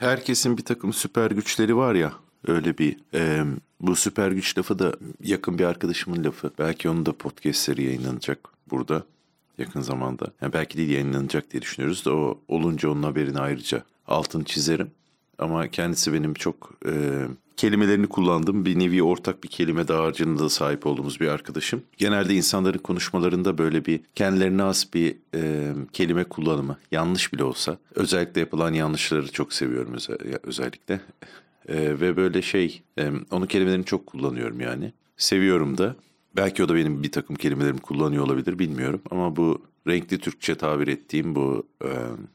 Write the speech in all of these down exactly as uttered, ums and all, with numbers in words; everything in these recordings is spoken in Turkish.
herkesin bir takım süper güçleri var ya, öyle bir e, bu süper güç lafı da yakın bir arkadaşımın lafı. Belki onun da podcastleri yayınlanacak burada yakın zamanda. Yani belki değil, yayınlanacak diye düşünüyoruz da o olunca onun haberini ayrıca altını çizerim. Ama kendisi benim çok e, kelimelerini kullandığım, bir nevi ortak bir kelime dağarcığına da sahip olduğumuz bir arkadaşım. Genelde insanların konuşmalarında böyle bir kendilerine has bir e, kelime kullanımı, yanlış bile olsa. Özellikle yapılan yanlışları çok seviyorum özel, özellikle. E, ve böyle şey, e, onun kelimelerini çok kullanıyorum yani. Seviyorum da. Belki o da benim bir takım kelimelerimi kullanıyor olabilir, bilmiyorum. Ama bu renkli Türkçe tabir ettiğim bu e,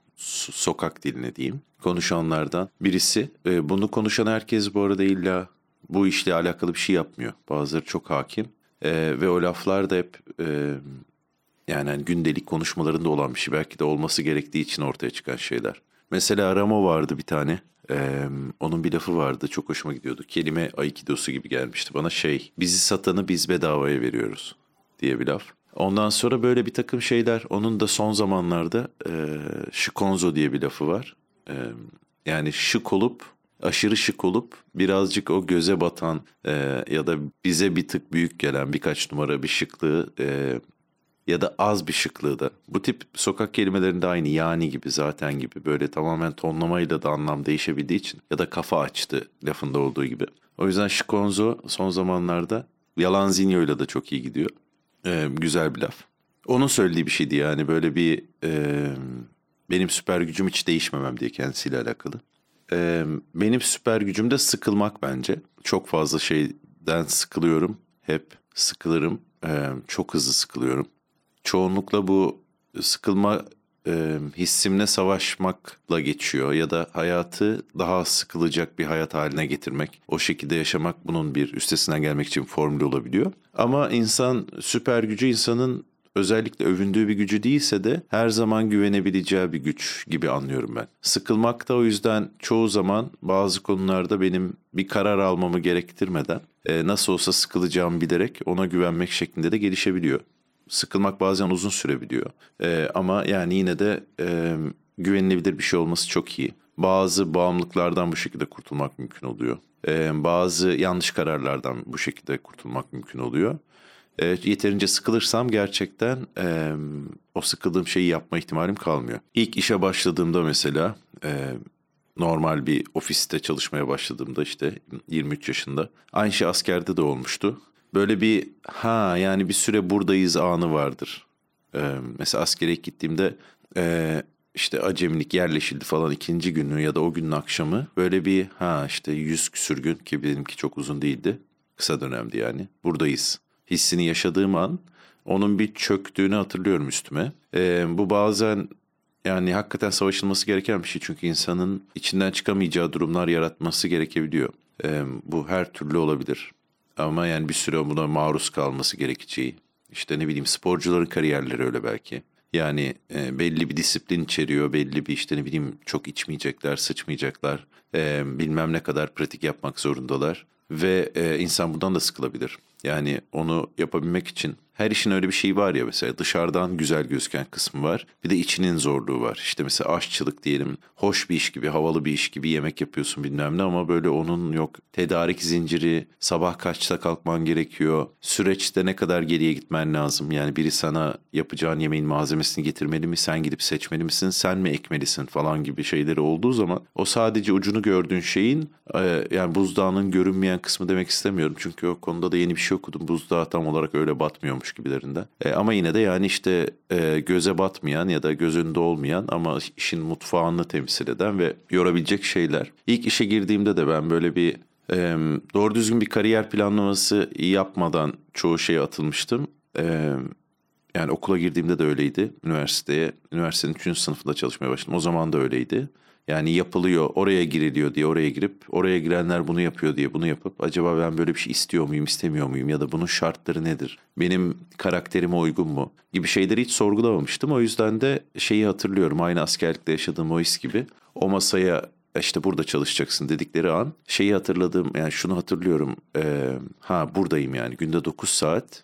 sokak diline diyeyim, konuşanlardan birisi. E, bunu konuşan herkes bu arada illa bu işle alakalı bir şey yapmıyor. Bazıları çok hakim e, ve o laflar da hep e, yani hani gündelik konuşmalarında olan bir şey. Belki de olması gerektiği için ortaya çıkan şeyler. Mesela Ramo vardı bir tane. Ee, onun bir lafı vardı, çok hoşuma gidiyordu. Kelime aikidosu gibi gelmişti bana, şey, bizi satanı biz bedavaya veriyoruz diye bir laf. Ondan sonra böyle bir takım şeyler, onun da son zamanlarda e, shikonzo diye bir lafı var. E, yani şık olup, aşırı şık olup birazcık o göze batan e, ya da bize bir tık büyük gelen birkaç numara bir şıklığı e, ya da az bir şıklığı da. Bu tip sokak kelimelerinde aynı, yani gibi, zaten gibi, böyle tamamen tonlamayla da anlam değişebildiği için, ya da kafa açtı lafında olduğu gibi. O yüzden shikonzo son zamanlarda yalanzinyo'yla da çok iyi gidiyor. Ee, güzel bir laf. Onun söylediği bir şeydi yani, böyle bir e, benim süper gücüm hiç değişmemem diye, kendisiyle alakalı. Ee, benim süper gücüm de sıkılmak bence. Çok fazla şeyden sıkılıyorum. Hep sıkılırım. Ee, çok hızlı sıkılıyorum. Çoğunlukla bu sıkılma e, hissimle savaşmakla geçiyor ya da hayatı daha sıkılacak bir hayat haline getirmek. O şekilde yaşamak bunun bir üstesinden gelmek için formülü olabiliyor. Ama insan süper gücü, insanın özellikle övündüğü bir gücü değilse de her zaman güvenebileceği bir güç gibi anlıyorum ben. Sıkılmak da o yüzden çoğu zaman bazı konularda benim bir karar almamı gerektirmeden e, nasıl olsa sıkılacağımı bilerek ona güvenmek şeklinde de gelişebiliyor. Sıkılmak bazen uzun sürebiliyor. Ee, ama yani yine de e, güvenilebilir bir şey olması çok iyi. Bazı bağımlılıklardan bu şekilde kurtulmak mümkün oluyor. Ee, bazı yanlış kararlardan bu şekilde kurtulmak mümkün oluyor. Ee, yeterince sıkılırsam gerçekten e, o sıkıldığım şeyi yapma ihtimalim kalmıyor. İlk işe başladığımda mesela, e, normal bir ofiste çalışmaya başladığımda, işte yirmi üç yaşında, aynı şey askerde de olmuştu. Böyle bir ha yani bir süre buradayız anı vardır. Ee, mesela askere gittiğimde e, işte acemilik yerleşildi falan, ikinci günü ya da o günün akşamı, böyle bir ha işte yüz küsür gün, ki benimki çok uzun değildi. Kısa dönemdi yani. Buradayız hissini yaşadığım an, onun bir çöktüğünü hatırlıyorum üstüme. Ee, bu bazen yani hakikaten savaşılması gereken bir şey. Çünkü insanın içinden çıkamayacağı durumlar yaratması gerekebiliyor. Ee, bu her türlü olabilir. Ama yani bir süre buna maruz kalması gerekeceği. İşte ne bileyim, sporcuların kariyerleri öyle belki. Yani e, belli bir disiplin içeriyor, belli bir işte ne bileyim, çok içmeyecekler, sıçmayacaklar. E, bilmem ne kadar pratik yapmak zorundalar. Ve e, insan bundan da sıkılabilir. Yani onu yapabilmek için her işin öyle bir şeyi var ya, mesela dışarıdan güzel gözüken kısmı var. Bir de içinin zorluğu var. İşte mesela aşçılık diyelim, hoş bir iş gibi, havalı bir iş gibi, yemek yapıyorsun bilmem ne, ama böyle onun yok tedarik zinciri, sabah kaçta kalkman gerekiyor, süreçte ne kadar geriye gitmen lazım. Yani biri sana yapacağın yemeğin malzemesini getirmeli mi, sen gidip seçmeli misin, sen mi ekmelisin falan gibi şeyleri olduğu zaman, o sadece ucunu gördüğün şeyin e, yani buzdağının görünmeyen kısmı demek istemiyorum. Çünkü o konuda da yeni bir şey okudum. Buzdağı tam olarak öyle batmıyormuş gibilerinden. E, ama yine de yani işte e, göze batmayan ya da göz önünde olmayan ama işin mutfağını temsil eden ve yorabilecek şeyler. İlk işe girdiğimde de ben böyle bir e, doğru düzgün bir kariyer planlaması yapmadan çoğu şeye atılmıştım. E, yani okula girdiğimde de öyleydi. Üniversiteye, üniversitenin üçüncü sınıfında çalışmaya başladım. O zaman da öyleydi. Yani yapılıyor, oraya giriliyor diye oraya girip, oraya girenler bunu yapıyor diye bunu yapıp, acaba ben böyle bir şey istiyor muyum, istemiyor muyum, ya da bunun şartları nedir, benim karakterime uygun mu gibi şeyleri hiç sorgulamamıştım. O yüzden de şeyi hatırlıyorum, aynı askerlikte yaşadığım o his gibi, o masaya işte burada çalışacaksın dedikleri an şeyi hatırladım, yani şunu hatırlıyorum, e, ha buradayım yani günde dokuz saat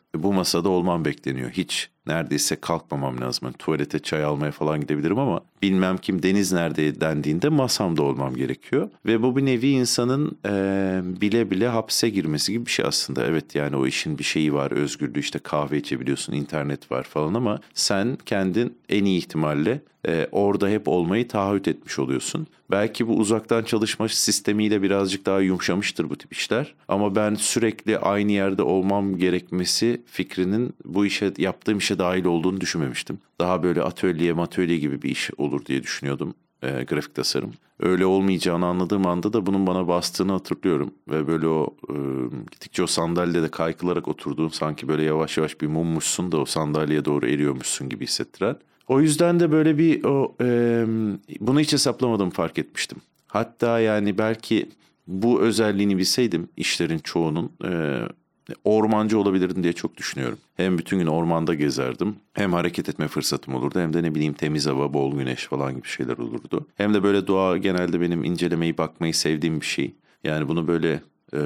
bu masada olmam bekleniyor. Hiç neredeyse kalkmamam lazım. Yani tuvalete çay almaya falan gidebilirim ama bilmem kim Deniz nerede dendiğinde masamda olmam gerekiyor. Ve bu bir nevi insanın e, bile bile hapse girmesi gibi bir şey aslında. Evet yani o işin bir şeyi var, özgürlüğü, işte kahve içebiliyorsun, internet var falan ama sen kendin en iyi ihtimalle e, orada hep olmayı taahhüt etmiş oluyorsun. Belki bu uzaktan çalışma sistemiyle birazcık daha yumuşamıştır bu tip işler. Ama ben sürekli aynı yerde olmam gerekmesi fikrinin bu işe, yaptığım işe dahil olduğunu düşünmemiştim. Daha böyle atölye matölye gibi bir iş olur diye düşünüyordum, e, grafik tasarım. Öyle olmayacağını anladığım anda da bunun bana bastığını hatırlıyorum. Ve böyle o e, gittikçe o sandalyede kaykılarak oturduğun, sanki böyle yavaş yavaş bir mummuşsun da o sandalyeye doğru eriyormuşsun gibi hissettiren. O yüzden de böyle bir o e, bunu hiç hesaplamadım fark etmiştim. Hatta yani belki bu özelliğini bilseydim işlerin çoğunun e, ormancı olabilirdim diye çok düşünüyorum. Hem bütün gün ormanda gezerdim, hem hareket etme fırsatım olurdu, hem de ne bileyim temiz hava, bol güneş falan gibi şeyler olurdu. Hem de böyle doğa genelde benim incelemeyi, bakmayı sevdiğim bir şey. Yani bunu böyle e,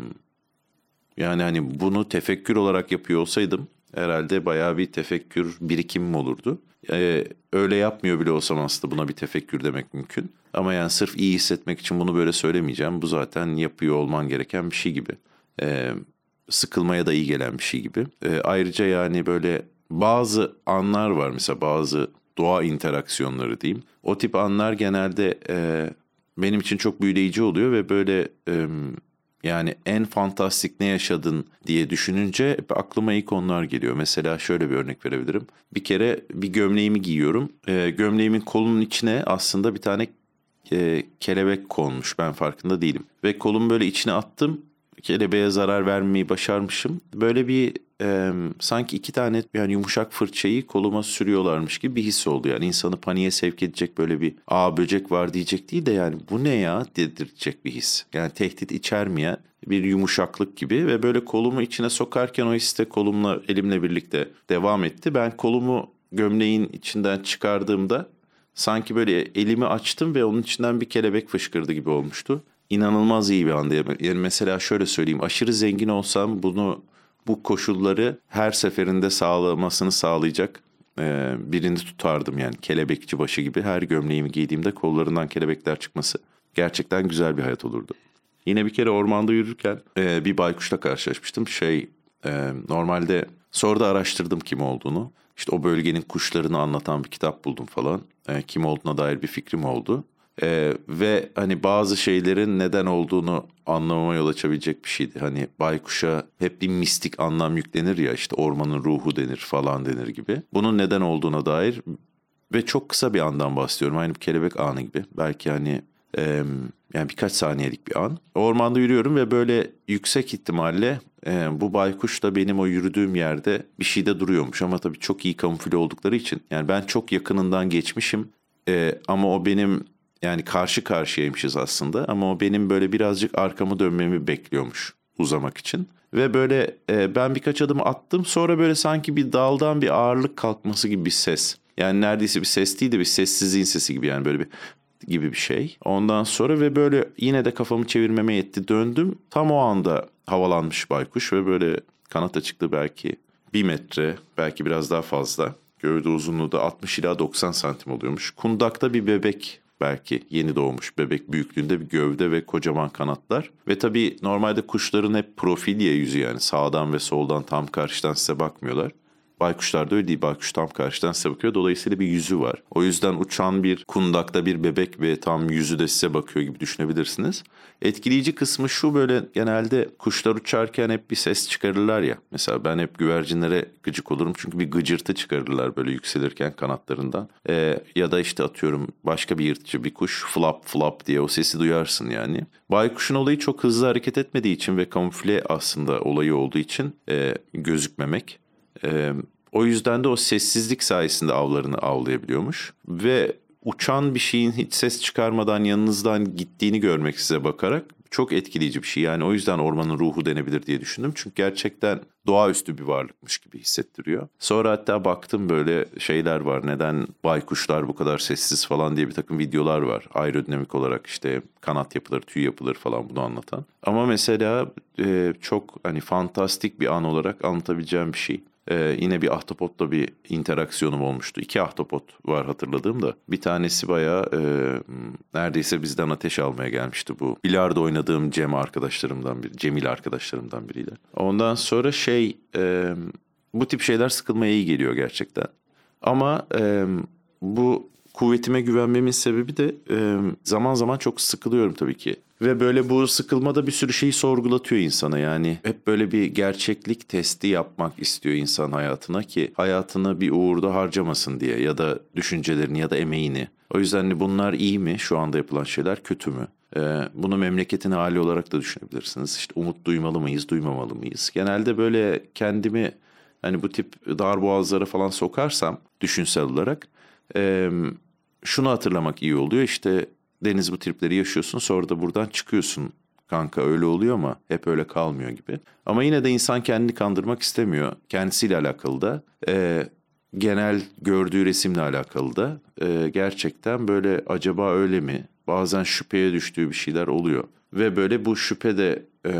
yani hani bunu tefekkür olarak yapıyor olsaydım herhalde bayağı bir tefekkür birikimim olurdu. Ee, öyle yapmıyor bile olsam aslında buna bir tefekkür demek mümkün. Ama yani sırf iyi hissetmek için bunu böyle söylemeyeceğim. Bu zaten yapıyor olman gereken bir şey gibi. Ee, sıkılmaya da iyi gelen bir şey gibi. Ee, ayrıca yani böyle bazı anlar var, mesela bazı doğa interaksiyonları diyeyim. O tip anlar genelde e, benim için çok büyüleyici oluyor ve böyle... E, Yani en fantastik ne yaşadın diye düşününce aklıma ilk onlar geliyor. Mesela şöyle bir örnek verebilirim. Bir kere bir gömleğimi giyiyorum. E, gömleğimin kolunun içine aslında bir tane e, kelebek konmuş. Ben farkında değilim. Ve kolumu böyle içine attım. Kelebeğe zarar vermeyi başarmışım. Böyle bir e, sanki iki tane yani yumuşak fırçayı koluma sürüyorlarmış gibi bir his oldu. Yani insanı paniğe sevk edecek böyle bir aa böcek var diyecek değil de yani bu ne ya dedirtecek bir his. Yani tehdit içermeyen bir yumuşaklık gibi ve böyle kolumu içine sokarken o his de kolumla elimle birlikte devam etti. Ben kolumu gömleğin içinden çıkardığımda sanki böyle elimi açtım ve onun içinden bir kelebek fışkırdı gibi olmuştu. İnanılmaz iyi bir andı. Yani mesela şöyle söyleyeyim, aşırı zengin olsam bunu, bu koşulları her seferinde sağlamasını sağlayacak e, birini tutardım. Yani kelebekçi başı gibi her gömleğimi giydiğimde kollarından kelebekler çıkması gerçekten güzel bir hayat olurdu. Yine bir kere ormanda yürürken e, bir baykuşla karşılaşmıştım. Şey e, normalde sonra da araştırdım kim olduğunu. İşte o bölgenin kuşlarını anlatan bir kitap buldum falan. E, kim olduğuna dair bir fikrim oldu. Ee, ve hani bazı şeylerin neden olduğunu anlamama yol açabilecek bir şeydi. Hani baykuşa hep bir mistik anlam yüklenir ya, işte ormanın ruhu denir falan denir gibi. Bunun neden olduğuna dair ve çok kısa bir andan bahsediyorum. Aynı bir kelebek anı gibi. Belki hani e, yani birkaç saniyelik bir an. Ormanda yürüyorum ve böyle yüksek ihtimalle e, bu baykuş da benim o yürüdüğüm yerde bir şeyde duruyormuş. Ama tabii çok iyi kamufle oldukları için. Yani ben çok yakınından geçmişim e, ama o benim... Yani karşı karşıyaymışız aslında ama o benim böyle birazcık arkamı dönmemi bekliyormuş uzamak için. Ve böyle e, ben birkaç adım attım, sonra böyle sanki bir daldan bir ağırlık kalkması gibi bir ses. Yani neredeyse bir ses değil de bir sessizliğin sesi gibi, yani böyle bir gibi bir şey. Ondan sonra ve böyle yine de kafamı çevirmeme yetti, döndüm. Tam o anda havalanmış baykuş ve böyle kanat açıklığı belki bir metre, belki biraz daha fazla. Gövde uzunluğu da altmış ila doksan santim oluyormuş. Kundakta bir bebek, belki yeni doğmuş bebek büyüklüğünde bir gövde ve kocaman kanatlar. Ve tabii normalde kuşların hep profilye yüzü, yani sağdan ve soldan tam karşıdan size bakmıyorlar. Baykuşlar da öyle değil. Baykuş tam karşıdan size bakıyor. Dolayısıyla bir yüzü var. O yüzden uçan bir kundakta bir bebek ve tam yüzü de size bakıyor gibi düşünebilirsiniz. Etkileyici kısmı şu: böyle genelde kuşlar uçarken hep bir ses çıkarırlar ya. Mesela ben hep güvercinlere gıcık olurum. Çünkü bir gıcırtı çıkarırlar böyle yükselirken kanatlarından. Ee, ya da işte atıyorum başka bir yırtıcı bir kuş flap flap diye o sesi duyarsın yani. Baykuşun olayı çok hızlı hareket etmediği için ve kamufle aslında olayı olduğu için e, gözükmemek. Ee, o yüzden de o sessizlik sayesinde avlarını avlayabiliyormuş. Ve uçan bir şeyin hiç ses çıkarmadan yanınızdan gittiğini görmek size bakarak çok etkileyici bir şey. Yani o yüzden ormanın ruhu denebilir diye düşündüm. Çünkü gerçekten doğaüstü bir varlıkmış gibi hissettiriyor. Sonra hatta baktım böyle şeyler var. Neden baykuşlar bu kadar sessiz falan diye bir takım videolar var. Aerodinamik olarak işte kanat yapıları, tüy yapıları falan bunu anlatan. Ama mesela e, çok hani fantastik bir an olarak anlatabileceğim bir şey. Ee, yine bir ahtapotla bir interaksiyonum olmuştu. İki ahtapot var hatırladığım da. Bir tanesi bayağı e, neredeyse bizden ateş almaya gelmişti bu. Bilardo oynadığım Cem arkadaşlarımdan biri, Cemil arkadaşlarımdan biriyle. Ondan sonra şey e, bu tip şeyler sıkılmaya iyi geliyor gerçekten. Ama e, bu kuvvetime güvenmemin sebebi de e, zaman zaman çok sıkılıyorum tabii ki. Ve böyle bu sıkılmada bir sürü şeyi sorgulatıyor insana yani. Hep böyle bir gerçeklik testi yapmak istiyor insan hayatına ki hayatını bir uğurda harcamasın diye ya da düşüncelerini ya da emeğini. O yüzden bunlar iyi mi? Şu anda yapılan şeyler kötü mü? Ee, bunu memleketin hali olarak da düşünebilirsiniz. İşte umut duymalı mıyız, duymamalı mıyız? Genelde böyle kendimi hani bu tip darboğazlara falan sokarsam düşünsel olarak e, şunu hatırlamak iyi oluyor. İşte Deniz bu tripleri yaşıyorsun sonra da buradan çıkıyorsun kanka öyle oluyor ama hep öyle kalmıyor gibi. Ama yine de insan kendini kandırmak istemiyor. Kendisiyle alakalı da e, genel gördüğü resimle alakalı da e, gerçekten böyle acaba öyle mi? Bazen şüpheye düştüğü bir şeyler oluyor. Ve böyle bu şüphe de e,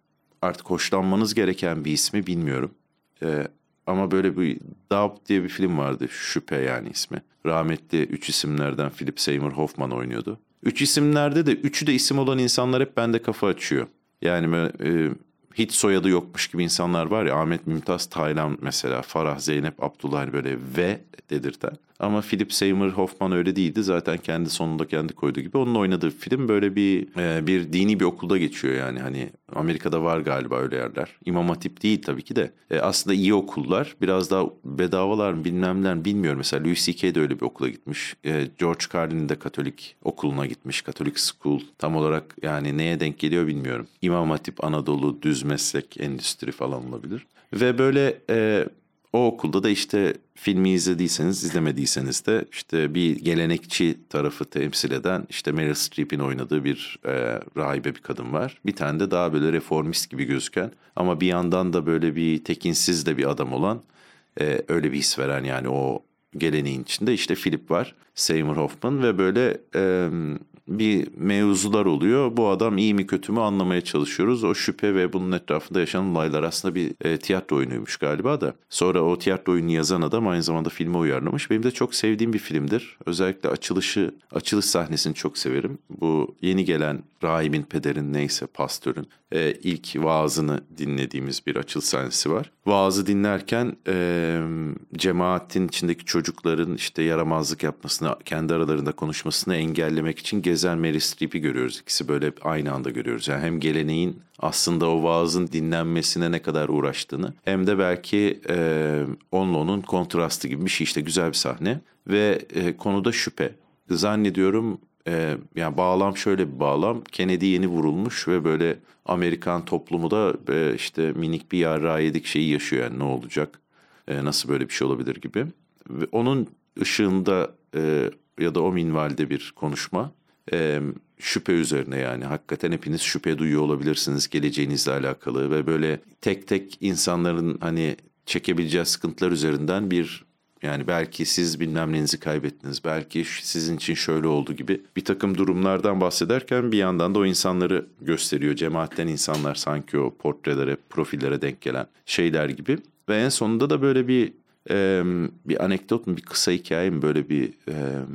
artık hoşlanmanız gereken bir ismi bilmiyorum. E, ama böyle bir Doubt diye bir film vardı. Şüphe yani ismi. Rahmetli üç isimlerden Philip Seymour Hoffman oynuyordu. Üç isimlerde de üçü de isim olan insanlar hep bende kafa açıyor. Yani e, hiç soyadı yokmuş gibi insanlar var ya. Ahmet Mümtaz Taylan mesela. Farah Zeynep Abdullah böyle V dedirten. Ama Philip Seymour Hoffman öyle değildi. Zaten kendi sonunda kendi koyduğu gibi. Onun oynadığı film böyle bir e, bir dini bir okulda geçiyor yani. Hani Amerika'da var galiba öyle yerler. İmam Hatip değil tabii ki de. E, aslında iyi okullar. Biraz daha bedavalar mı bilmemler bilmiyorum. Mesela Louis C K de öyle bir okula gitmiş. E, George Carlin'in de Katolik okuluna gitmiş. Katolik School. Tam olarak yani neye denk geliyor bilmiyorum. İmam Hatip, Anadolu, düz meslek, endüstri falan olabilir. Ve böyle e, o okulda da işte filmi izlediyseniz, izlemediyseniz de işte bir gelenekçi tarafı temsil eden işte Meryl Streep'in oynadığı bir e, rahibe bir kadın var. Bir tane de daha böyle reformist gibi gözüken ama bir yandan da böyle bir tekinsiz de bir adam olan e, öyle bir his veren yani o geleneğin içinde işte Philip var. Seymour Hoffman ve böyle e, bir mevzular oluyor. Bu adam iyi mi kötü mü anlamaya çalışıyoruz. O şüphe ve bunun etrafında yaşanan olaylar aslında bir e, tiyatro oyunuymuş galiba da. Sonra o tiyatro oyunu yazan adam aynı zamanda filme uyarlamış. Benim de çok sevdiğim bir filmdir. Özellikle açılışı, açılış sahnesini çok severim. Bu yeni gelen rahibin, pederin neyse pastörün e, ilk vaazını dinlediğimiz bir açılış sahnesi var. Vaazı dinlerken e, cemaatin içindeki çocukların işte yaramazlık yapmasını, kendi aralarında konuşmasını engellemek için gezen Meryl Streep'i görüyoruz. İkisi böyle aynı anda görüyoruz. Yani hem geleneğin aslında o vaazın dinlenmesine ne kadar uğraştığını hem de belki e, onunla onun kontrastı gibi bir şey. İşte güzel bir sahne ve e, konuda şüphe. Zannediyorum e, yani bağlam şöyle bir bağlam. Kennedy yeni vurulmuş ve böyle Amerikan toplumu da e, işte minik bir yarrağı yedik şeyi yaşıyor. Yani ne olacak? E, nasıl böyle bir şey olabilir gibi. Ve onun ışığında e, ya da o minvalde bir konuşma. E, şüphe üzerine yani hakikaten hepiniz şüphe duyuyor olabilirsiniz geleceğinizle alakalı ve böyle tek tek insanların hani çekebileceği sıkıntılar üzerinden bir yani belki siz bilmem nenizi kaybettiniz, belki sizin için şöyle oldu gibi bir takım durumlardan bahsederken bir yandan da o insanları gösteriyor. Cemaatten insanlar sanki o portrelere, profillere denk gelen şeyler gibi ve en sonunda da böyle bir e, bir anekdot mu, bir kısa hikaye mi böyle bir e,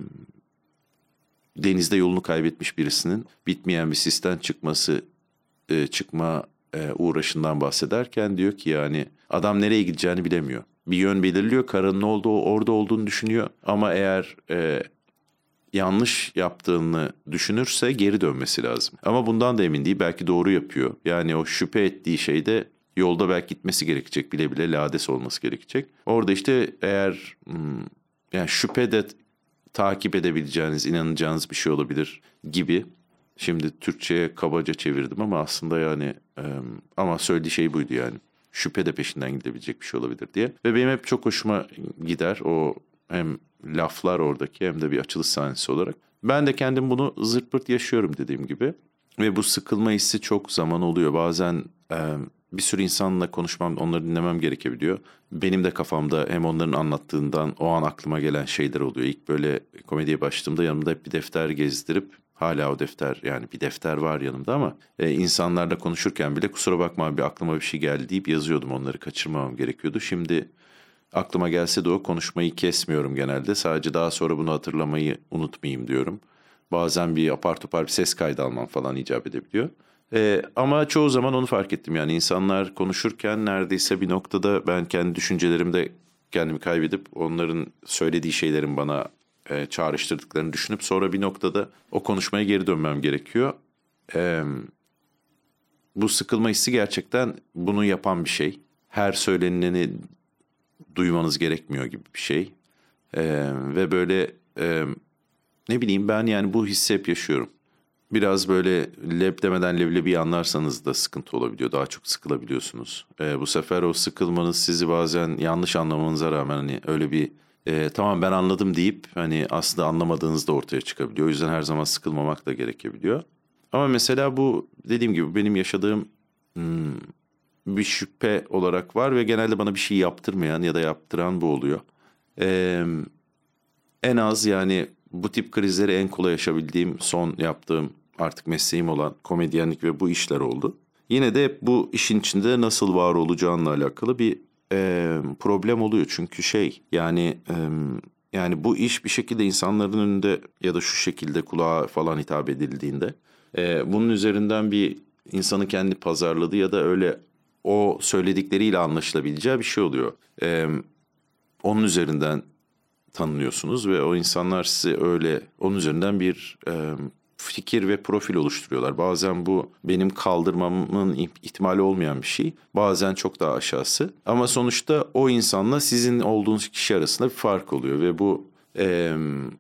denizde yolunu kaybetmiş birisinin bitmeyen bir sisten çıkması e, çıkma e, uğraşından bahsederken diyor ki yani adam nereye gideceğini bilemiyor. Bir yön belirliyor, karanın olduğu orada olduğunu düşünüyor ama eğer e, yanlış yaptığını düşünürse geri dönmesi lazım. Ama bundan da emin değil, belki doğru yapıyor. Yani o şüphe ettiği şeyde yolda belki gitmesi gerekecek, bile bile lades olması gerekecek. Orada işte eğer hmm, yani şüphe de takip edebileceğiniz, inanacağınız bir şey olabilir gibi. Şimdi Türkçe'ye kabaca çevirdim ama aslında yani e, ama söylediği şey buydu yani. Şüphe de peşinden gidebilecek bir şey olabilir diye. Ve benim hep çok hoşuma gider o hem laflar oradaki hem de bir açılış sahnesi olarak. Ben de kendim bunu zırt pırt yaşıyorum dediğim gibi. Ve bu sıkılma hissi çok zaman oluyor. Bazen e, bir sürü insanla konuşmam, onları dinlemem gerekebiliyor. Benim de kafamda hem onların anlattığından o an aklıma gelen şeyler oluyor. İlk böyle komediye başladığımda yanımda hep bir defter gezdirip, hala o defter, yani bir defter var yanımda ama e, insanlarla konuşurken bile kusura bakma abi aklıma bir şey geldi deyip yazıyordum, onları kaçırmamam gerekiyordu. Şimdi aklıma gelse de o konuşmayı kesmiyorum genelde. Sadece daha sonra bunu hatırlamayı unutmayayım diyorum. Bazen bir apar topar bir ses kaydı almam falan icap edebiliyor. Ee, ama çoğu zaman onu fark ettim. Yani insanlar konuşurken neredeyse bir noktada ben kendi düşüncelerimde kendimi kaybedip onların söylediği şeylerin bana e, çağrıştırdıklarını düşünüp sonra bir noktada o konuşmaya geri dönmem gerekiyor. Ee, bu sıkılma hissi gerçekten bunu yapan bir şey. Her söyleneni duymanız gerekmiyor gibi bir şey. Ee, ve böyle e, ne bileyim ben yani bu hissi hep yaşıyorum. Biraz böyle leb demeden leblebi anlarsanız da sıkıntı olabiliyor. Daha çok sıkılabiliyorsunuz. Ee, bu sefer o sıkılmanız sizi bazen yanlış anlamanıza rağmen hani öyle bir e, tamam ben anladım deyip hani aslında anlamadığınız da ortaya çıkabiliyor. O yüzden her zaman sıkılmamak da gerekebiliyor. Ama mesela bu dediğim gibi benim yaşadığım hmm, bir şüphe olarak var ve genelde bana bir şey yaptırmayan ya da yaptıran bu oluyor. Ee, en az yani bu tip krizleri en kolay yaşayabildiğim, son yaptığım artık mesleğim olan komedyenlik ve bu işler oldu. Yine de hep bu işin içinde nasıl var olacağınla alakalı bir e, problem oluyor. Çünkü şey yani e, yani bu iş bir şekilde insanların önünde ya da şu şekilde kulağa falan hitap edildiğinde e, bunun üzerinden bir insanın kendi pazarladığı ya da öyle o söyledikleriyle anlaşılabileceği bir şey oluyor. E, onun üzerinden tanınıyorsunuz ve o insanlar size öyle onun üzerinden bir e, fikir ve profil oluşturuyorlar. Bazen bu benim kaldırmamın ihtimali olmayan bir şey. Bazen çok daha aşağısı. Ama sonuçta o insanla sizin olduğunuz kişi arasında bir fark oluyor ve bu e,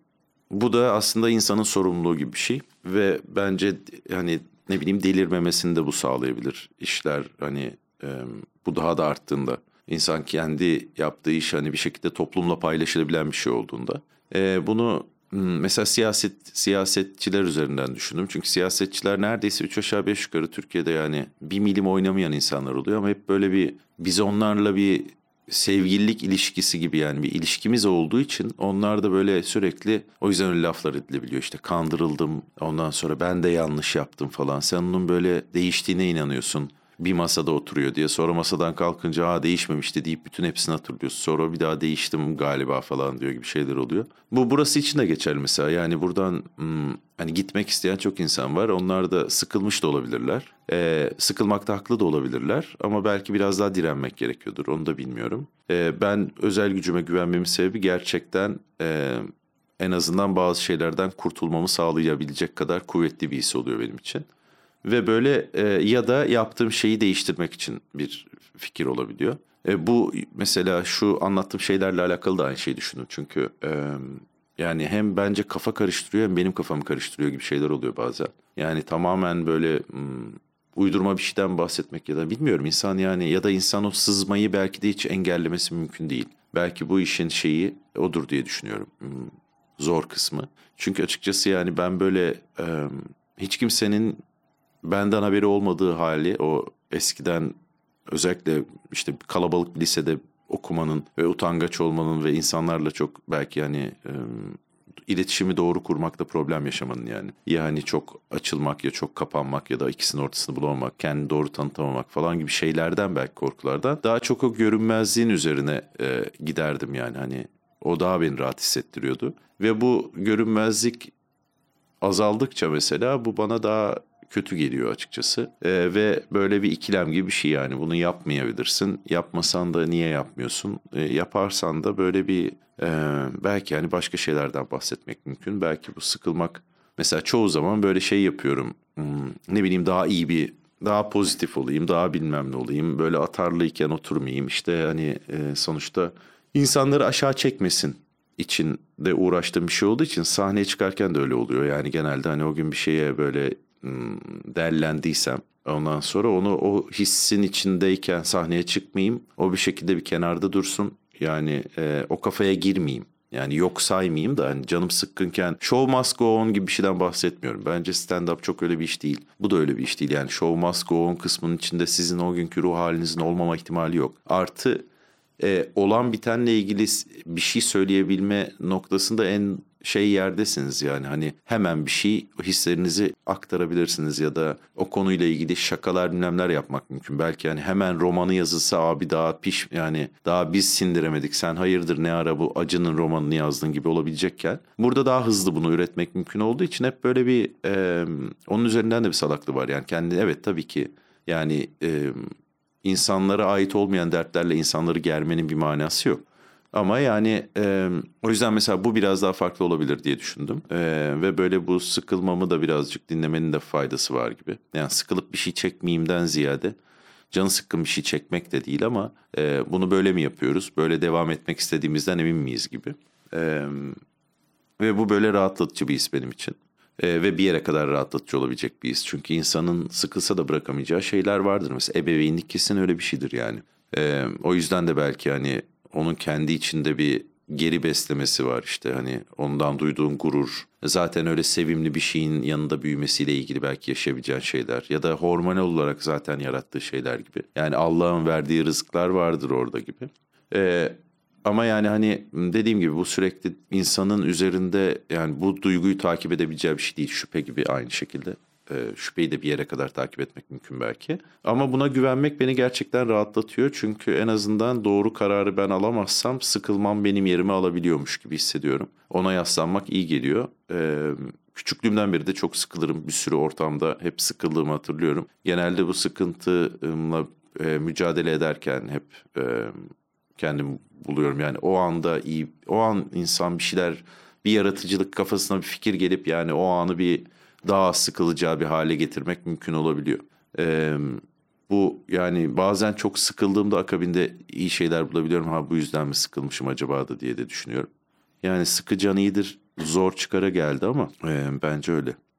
bu da aslında insanın sorumluluğu gibi bir şey. Ve bence hani ne bileyim delirmemesini de bu sağlayabilir. İşler hani e, bu daha da arttığında. İnsan kendi yaptığı iş hani bir şekilde toplumla paylaşılabilen bir şey olduğunda. Ee, bunu mesela siyaset siyasetçiler üzerinden düşündüm. Çünkü siyasetçiler neredeyse üç aşağı beş yukarı Türkiye'de yani bir milim oynamayan insanlar oluyor. Ama hep böyle bir biz onlarla bir sevgililik ilişkisi gibi yani bir ilişkimiz olduğu için onlar da böyle sürekli o yüzden öyle laflar edilebiliyor. İşte kandırıldım ondan sonra ben de yanlış yaptım falan. Sen onun böyle değiştiğine inanıyorsun. Bir masada oturuyor diye sonra masadan kalkınca ha değişmemişti deyip bütün hepsini hatırlıyorsun. Sonra bir daha değiştim galiba falan diyor gibi şeyler oluyor. Bu burası için de geçerli mesela. Yani buradan hmm, hani gitmek isteyen çok insan var. Onlar da sıkılmış da olabilirler. Ee, sıkılmakta haklı da olabilirler. Ama belki biraz daha direnmek gerekiyordur. Onu da bilmiyorum. Ee, ben özel gücüme güvenmemin sebebi gerçekten e, en azından bazı şeylerden kurtulmamı sağlayabilecek kadar kuvvetli bir his oluyor benim için. Ve böyle e, ya da yaptığım şeyi değiştirmek için bir fikir olabiliyor. E, bu mesela şu anlattığım şeylerle alakalı da aynı şeyi düşündüm. Çünkü e, yani hem bence kafa karıştırıyor hem benim kafamı karıştırıyor gibi şeyler oluyor bazen. Yani tamamen böyle hmm, uydurma bir şeyden bahsetmek ya da bilmiyorum insan yani ya da insan o sızmayı belki de hiç engellemesi mümkün değil. Belki bu işin şeyi odur diye düşünüyorum. Hmm, zor kısmı. Çünkü açıkçası yani ben böyle e, hiç kimsenin benden haberi olmadığı hali o eskiden özellikle işte kalabalık bir lisede okumanın ve utangaç olmanın ve insanlarla çok belki yani e, iletişimi doğru kurmakta problem yaşamanın yani. Ya hani çok açılmak ya çok kapanmak ya da ikisinin ortasını bulamamak, kendini doğru tanıtamamak falan gibi şeylerden belki korkulardan daha çok o görünmezliğin üzerine e, giderdim yani hani o daha beni rahat hissettiriyordu. Ve bu görünmezlik azaldıkça mesela bu bana daha kötü geliyor açıkçası. Ee, ve böyle bir ikilem gibi bir şey yani. Bunu yapmayabilirsin. Yapmasan da niye yapmıyorsun? Ee, yaparsan da böyle bir e, belki yani başka şeylerden bahsetmek mümkün. Belki bu sıkılmak mesela çoğu zaman böyle şey yapıyorum. Hmm, ne bileyim daha iyi bir daha pozitif olayım, daha bilmem ne olayım. Böyle atarlıyken oturmayayım. İşte hani e, sonuçta insanları aşağı çekmesin için de uğraştığım bir şey olduğu için sahneye çıkarken de öyle oluyor. Yani genelde hani o gün bir şeye böyle derlendiysem ondan sonra onu o hissin içindeyken sahneye çıkmayayım. O bir şekilde bir kenarda dursun. Yani e, o kafaya girmeyeyim. Yani yok saymayayım da hani canım sıkkınken show must go on gibi bir şeyden bahsetmiyorum. Bence stand-up çok öyle bir iş değil. Bu da öyle bir iş değil. Yani show must go on kısmının içinde sizin o günkü ruh halinizin olmama ihtimali yok. Artı e, olan bitenle ilgili bir şey söyleyebilme noktasında en şey yerdesiniz yani hani hemen bir şey hislerinizi aktarabilirsiniz ya da o konuyla ilgili şakalar bilmemler yapmak mümkün. Belki hani hemen romanı yazılsa abi daha piş yani daha biz sindiremedik sen hayırdır ne ara bu Acı'nın romanını yazdın gibi olabilecekken burada daha hızlı bunu üretmek mümkün olduğu için hep böyle bir e, onun üzerinden de bir salaklığı var yani kendi evet tabii ki yani e, insanlara ait olmayan dertlerle insanları germenin bir manası yok. Ama yani e, o yüzden mesela bu biraz daha farklı olabilir diye düşündüm. E, ve böyle bu sıkılmamı da birazcık dinlemenin de faydası var gibi. Yani sıkılıp bir şey çekmeyeyimden ziyade canı sıkkın bir şey çekmek de değil ama e, bunu böyle mi yapıyoruz? Böyle devam etmek istediğimizden emin miyiz gibi. E, ve bu böyle rahatlatıcı bir his benim için. E, ve bir yere kadar rahatlatıcı olabilecek bir his. Çünkü insanın sıkılsa da bırakamayacağı şeyler vardır. Mesela ebeveynlik kesin öyle bir şeydir yani. E, o yüzden de belki hani onun kendi içinde bir geri beslemesi var işte hani ondan duyduğun gurur. Zaten öyle sevimli bir şeyin yanında büyümesiyle ilgili belki yaşayabileceğin şeyler ya da hormonal olarak zaten yarattığı şeyler gibi. Yani Allah'ın verdiği rızıklar vardır orada gibi. Ee, ama yani hani dediğim gibi bu sürekli insanın üzerinde yani bu duyguyu takip edebileceği bir şey değil. Şüphe gibi aynı şekilde. E, şüpheyi de bir yere kadar takip etmek mümkün belki. Ama buna güvenmek beni gerçekten rahatlatıyor. Çünkü en azından doğru kararı ben alamazsam sıkılmam benim yerime alabiliyormuş gibi hissediyorum. Ona yaslanmak iyi geliyor. E, küçüklüğümden beri de çok sıkılırım. Bir sürü ortamda hep sıkıldığımı hatırlıyorum. Genelde bu sıkıntımla e, mücadele ederken hep e, kendimi buluyorum. Yani o anda iyi, o an insan bir şeyler, bir yaratıcılık kafasına bir fikir gelip yani o anı bir daha sıkılacağı bir hale getirmek mümkün olabiliyor. Ee, bu yani bazen çok sıkıldığımda akabinde iyi şeyler bulabiliyorum. Ha bu yüzden mi sıkılmışım acaba da diye de düşünüyorum. Yani sıkı can iyidir, zor çıkara geldi ama e, bence öyle.